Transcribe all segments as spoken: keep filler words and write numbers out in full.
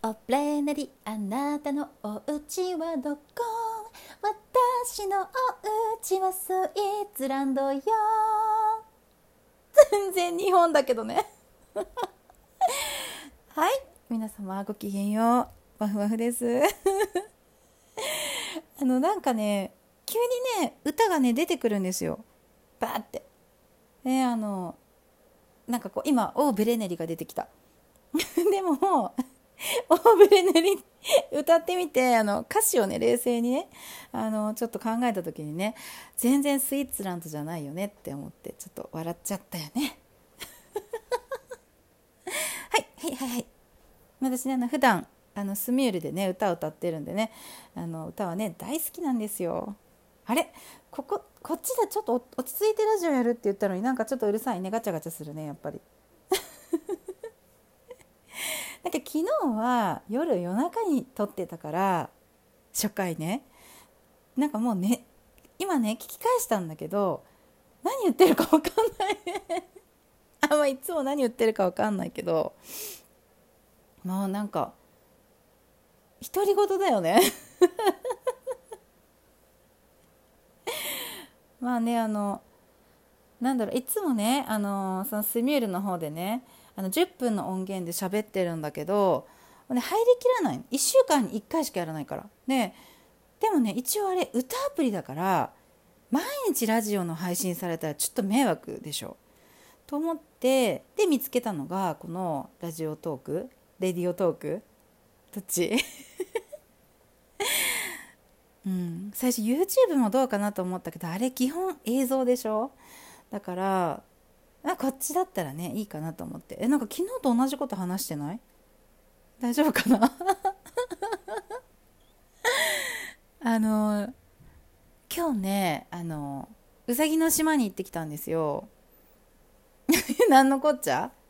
おプレネリ、あなたのお家はどこ？私のお家はスイーツランドよ。全然日本だけどね。はい、皆様ごきげんよう。ワフワフです。あのなんかね、急にね歌がね出てくるんですよ。バーって。ね、あのなんかこう今オーブレネリが出てきた。でもオーブレネリ歌ってみて、あの歌詞をね冷静にねあのちょっと考えた時にね、全然スイーツランドじゃないよねって思ってちょっと笑っちゃったよね。はいはいはいはい。私ね、あの普段あのスミュールでね歌を歌ってるんでね、あの歌はね大好きなんですよ。あれ、こここっちでちょっと落ち着いてラジオやるって言ったのに、なんかちょっとうるさいね、ガチャガチャするねやっぱり。なんか昨日は夜夜中に撮ってたから、初回ね、なんかもうね今ね聞き返したんだけど、何言ってるか分かんないあんまいつも何言ってるか分かんないけど、もうなんか独り言だよね。まあね、あのなんだろう、いつもねあのそのスミュールの方でね、あのじゅっぷんの音源で喋ってるんだけど、ね、入りきらない。いっしゅうかんにいっかいしかやらないからね。でもね、一応あれ歌アプリだから、毎日ラジオの配信されたらちょっと迷惑でしょと思って、で見つけたのがこのラジオトーク、レディオトーク、どっちうん、最初 YouTube もどうかなと思ったけど、あれ基本映像でしょ。だからあこっちだったらねいいかなと思って。え、なんか昨日と同じこと話してない？大丈夫かな？あの今日ね、あのうさぎの島に行ってきたんですよ。何のこっちゃ。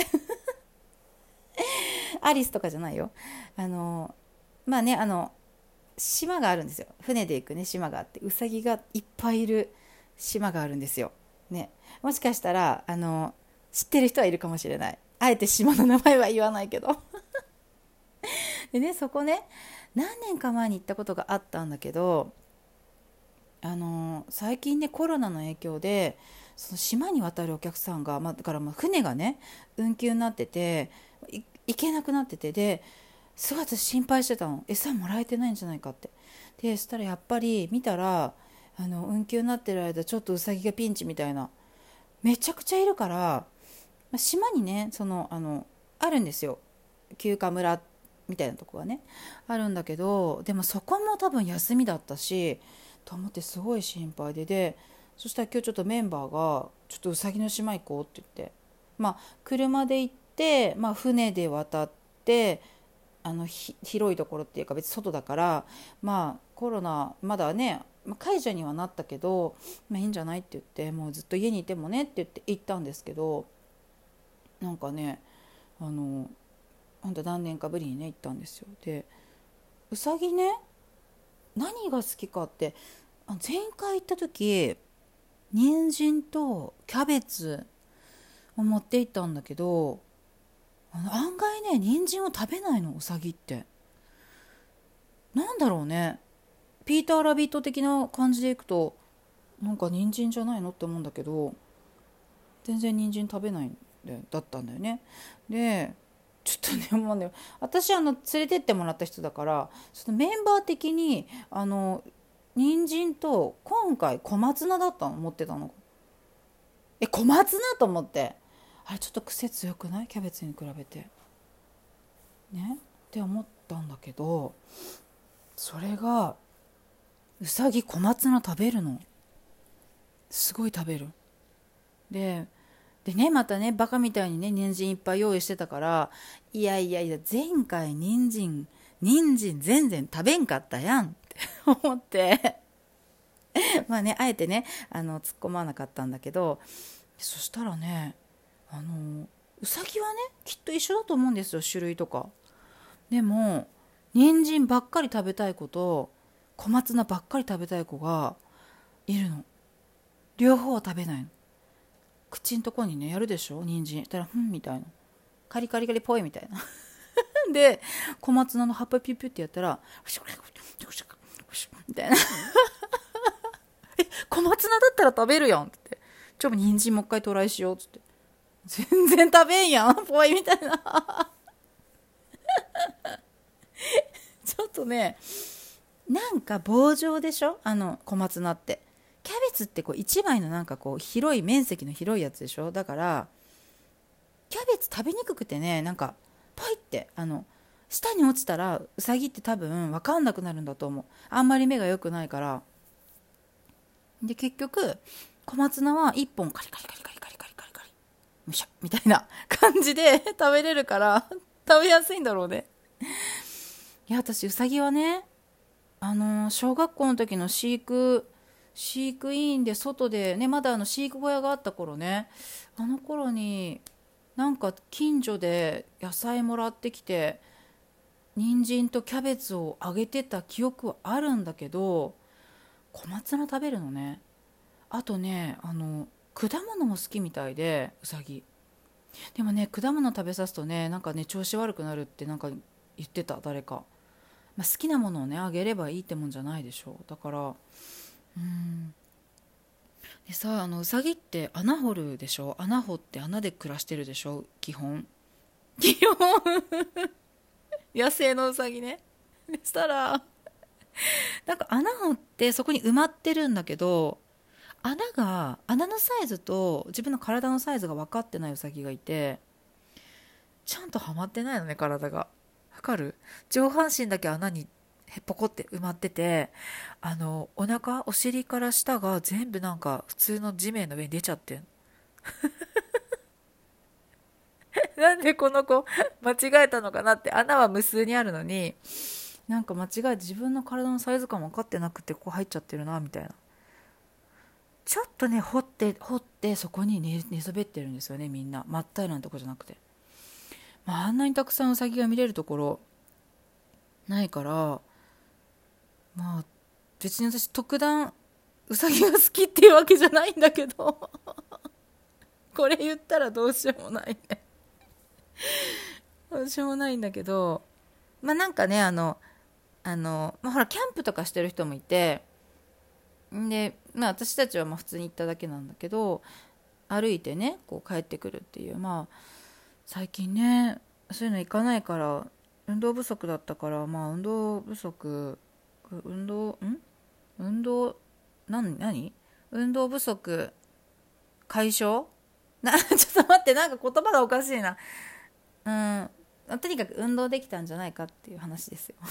アリスとかじゃないよ。あのまあね、あの島があるんですよ。船で行くね島があって、うさぎがいっぱいいる島があるんですよ。ね、もしかしたらあの知ってる人はいるかもしれない。あえて島の名前は言わないけど。でね、そこね、何年か前に行ったことがあったんだけど、あの最近ねコロナの影響でその島に渡るお客さんが、まあ、だからまあ船がね運休になってて、い行けなくなってて、ですごい私心配してたの。餌もらえてないんじゃないかって。でそしたらやっぱり見たら、あの運休になってる間ちょっとウサギがピンチみたいな、めちゃくちゃいるから、まあ島にねそのあのあるんですよ、休暇村みたいなとこがねあるんだけど、でもそこも多分休みだったしと思って、すごい心配で、でそしたら今日ちょっとメンバーがちょっとうさぎの島行こうって言って、まあ車で行って、まあ、船で渡って、あのひ広いところっていうか別に外だから、まあコロナまだね、まあ、解除にはなったけど、まあ、いいんじゃないって言って、もうずっと家にいてもねって言って行ったんですけど、なんかね、あのほんと何年かぶりにね行ったんですよ。でうさぎね、何が好きかって、あ前回行った時人参とキャベツを持って行ったんだけど、あの案外ね人参を食べないのうさぎって。なんだろうね、ピーターラビット的な感じでいくとなんか人参じゃないのって思うんだけど、全然人参食べないんでだったんだよね。でちょっとね、もうね、私あの連れてってもらった人だから、そのメンバー的にあの人参と今回小松菜だったの持ってたの。え、小松菜と思って、あれちょっと癖強くない？キャベツに比べてねって思ったんだけど、それがうさぎ小松菜食べるの。すごい食べる。ででね、またねバカみたいにね人参いっぱい用意してたから、いやいやいや前回人参人参全然食べんかったやんって思ってまあね、あえてねあの突っ込まなかったんだけど、そしたらね、あのうさぎはねきっと一緒だと思うんですよ、種類とか。でも人参ばっかり食べたい子と小松菜ばっかり食べたい子がいるの。両方は食べないの。口んとこにねやるでしょ人参、たらふんみたいな、カリカリカリぽいみたいなで小松菜の葉っぱピュッピュってやったらみたいなえ小松菜だったら食べるやんってちょっと人参もう一回トライしようっつって全然食べんやんぽいみたいなちょっとねなんか棒状でしょあの小松菜ってキャベツってこう一枚のなんかこう広い面積の広いやつでしょだからキャベツ食べにくくてねなんかポイってあの下に落ちたらウサギって多分分かんなくなるんだと思うあんまり目が良くないからで結局小松菜は一本カリカリカリカリカリカリカリカリむしゃみたいな感じで食べれるから食べやすいんだろうねいや私ウサギはねあの小学校の時の飼育飼育員で外でねまだあの飼育小屋があった頃ねあの頃になんか近所で野菜もらってきて人参とキャベツをあげてた記憶はあるんだけど小松菜食べるのねあとねあの果物も好きみたいでウサギでもね果物食べさすとねなんかね調子悪くなるってなんか言ってた誰か、まあ、好きなものをねあげればいいってもんじゃないでしょだからうんでさあのウサギって穴掘るでしょ穴掘って穴で暮らしてるでしょ基本基本野生のウサギねそしたらなんか穴掘ってそこに埋まってるんだけど穴が穴のサイズと自分の体のサイズが分かってないウサギがいてちゃんとはまってないのね体がわかる上半身だけ穴にポコって埋まっててあのお腹お尻から下が全部なんか普通の地面の上に出ちゃってんなんでこの子間違えたのかなって穴は無数にあるのになんか間違えて自分の体のサイズ感分かってなくてここ入っちゃってるなみたいなちょっとね掘って掘ってそこに 寝, 寝そべってるんですよねみんな真っ平らなとこじゃなくて、まあ、あんなにたくさんウサギが見れるところないからまあ別に私特段ウサギが好きっていうわけじゃないんだけどこれ言ったらどうしようもないねどうしようもないんだけどまあなんかねあのあの、まあ、ほらキャンプとかしてる人もいてで、まあ、私たちはまあ普通に行っただけなんだけど歩いてねこう帰ってくるっていうまあ最近ねそういうの行かないから運動不足だったからまあ運動不足運動ん運動何何運動不足解消なちょっと待ってなんか言葉がおかしいなうんとにかく運動できたんじゃないかっていう話ですよ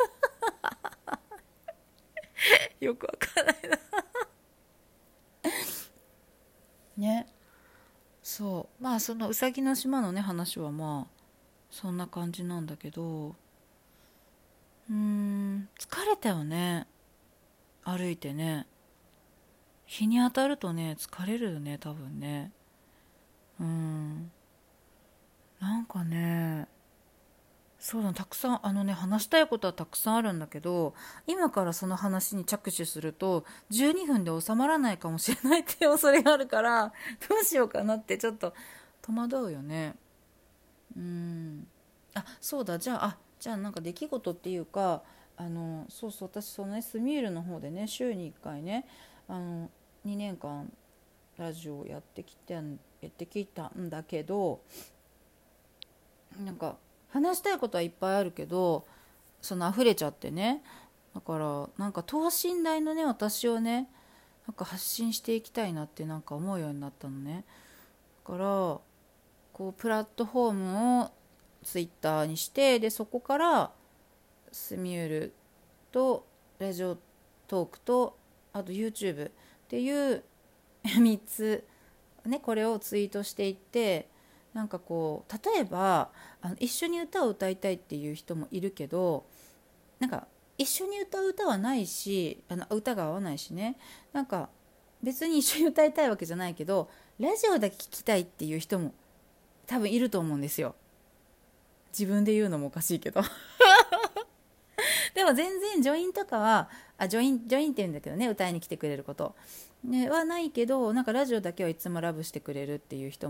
よくわかんないなねそうまあそのうさぎの島のね話はまあそんな感じなんだけどうーん疲れたよね歩いてね日に当たるとね疲れるよね多分ねうんなんかねそうだたくさんあのね話したいことはたくさんあるんだけど今からその話に着手するとじゅうにふんで収まらないかもしれないっていう恐れがあるからどうしようかなってちょっと戸惑うよねうんあそうだじゃああじゃあなんか出来事っていうかあのそうそう私そのねスミュールの方でね週にいっかいねあのにねんかんラジオをやってきてやってきたんだけどなんか話したいことはいっぱいあるけどその溢れちゃってねだからなんか等身大のね私をねなんか発信していきたいなってなんか思うようになったのねだからこうプラットフォームをツイッターにしてでそこからスミュールとラジオトークとあと YouTube っていうみっつねこれをツイートしていってなんかこう例えばあの一緒に歌を歌いたいっていう人もいるけどなんか一緒に歌う歌はないしあの歌が合わないしねなんか別に一緒に歌いたいわけじゃないけどラジオだけ聞きたいっていう人も多分いると思うんですよ自分で言うのもおかしいけどでも全然ジョインとかはあジョインジョインって言うんだけどね歌いに来てくれること、ね、はないけどなんかラジオだけはいつもラブしてくれるっていう人も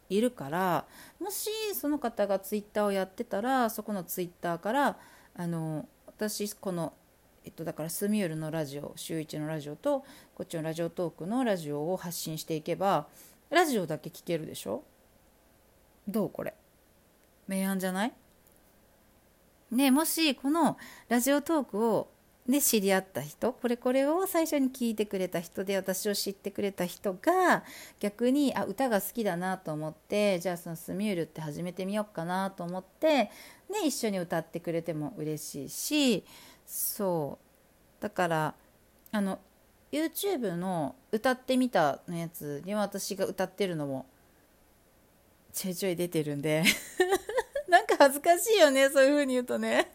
いるから、もしその方がツイッターをやってたら、そこのツイッターからあの私この、えっと、だからスミュールのラジオ、週一のラジオとこっちのラジオトークのラジオを発信していけば、ラジオだけ聞けるでしょ。どうこれ、明暗じゃない？ね、もしこのラジオトークをで知り合った人、これこれを最初に聞いてくれた人で、私を知ってくれた人が逆にあ歌が好きだなと思って、じゃあそのスミュールって始めてみようかなと思って、ね、一緒に歌ってくれても嬉しいし、そうだからあの YouTube の歌ってみたのやつには私が歌ってるのもちょいちょい出てるんでなんか恥ずかしいよね、そういう風に言うとね。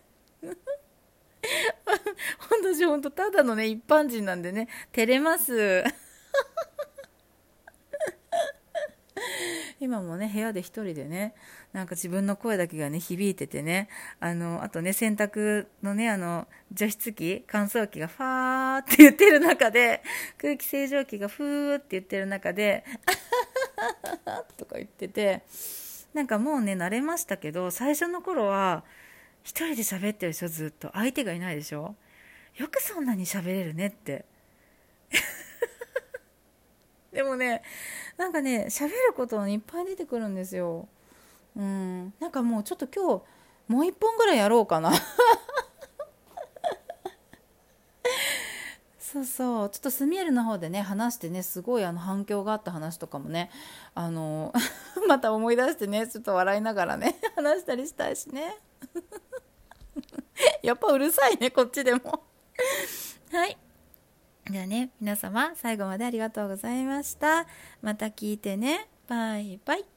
私ほんとただのね一般人なんでね、照れます今もね部屋で一人でね、なんか自分の声だけがね響いててね、あのあとね洗濯のねあの除湿機、乾燥機がファーって言ってる中で、空気清浄機がフーって言ってる中でとか言ってて、なんかもうね慣れましたけど、最初の頃は一人で喋ってるでしょ、ずっと相手がいないでしょ。よくそんなに喋れるねってでもね、なんかね喋ることいっぱい出てくるんですよ。うん、なんかもうちょっと今日もう一本ぐらいやろうかなそうそう、ちょっとスミエルの方でね話してね、すごいあの反響があった話とかもね、あのまた思い出してね、ちょっと笑いながらね話したりしたいしねやっぱうるさいねこっちでもはい、じゃあね皆様最後までありがとうございました。また聞いてね、バイバイ。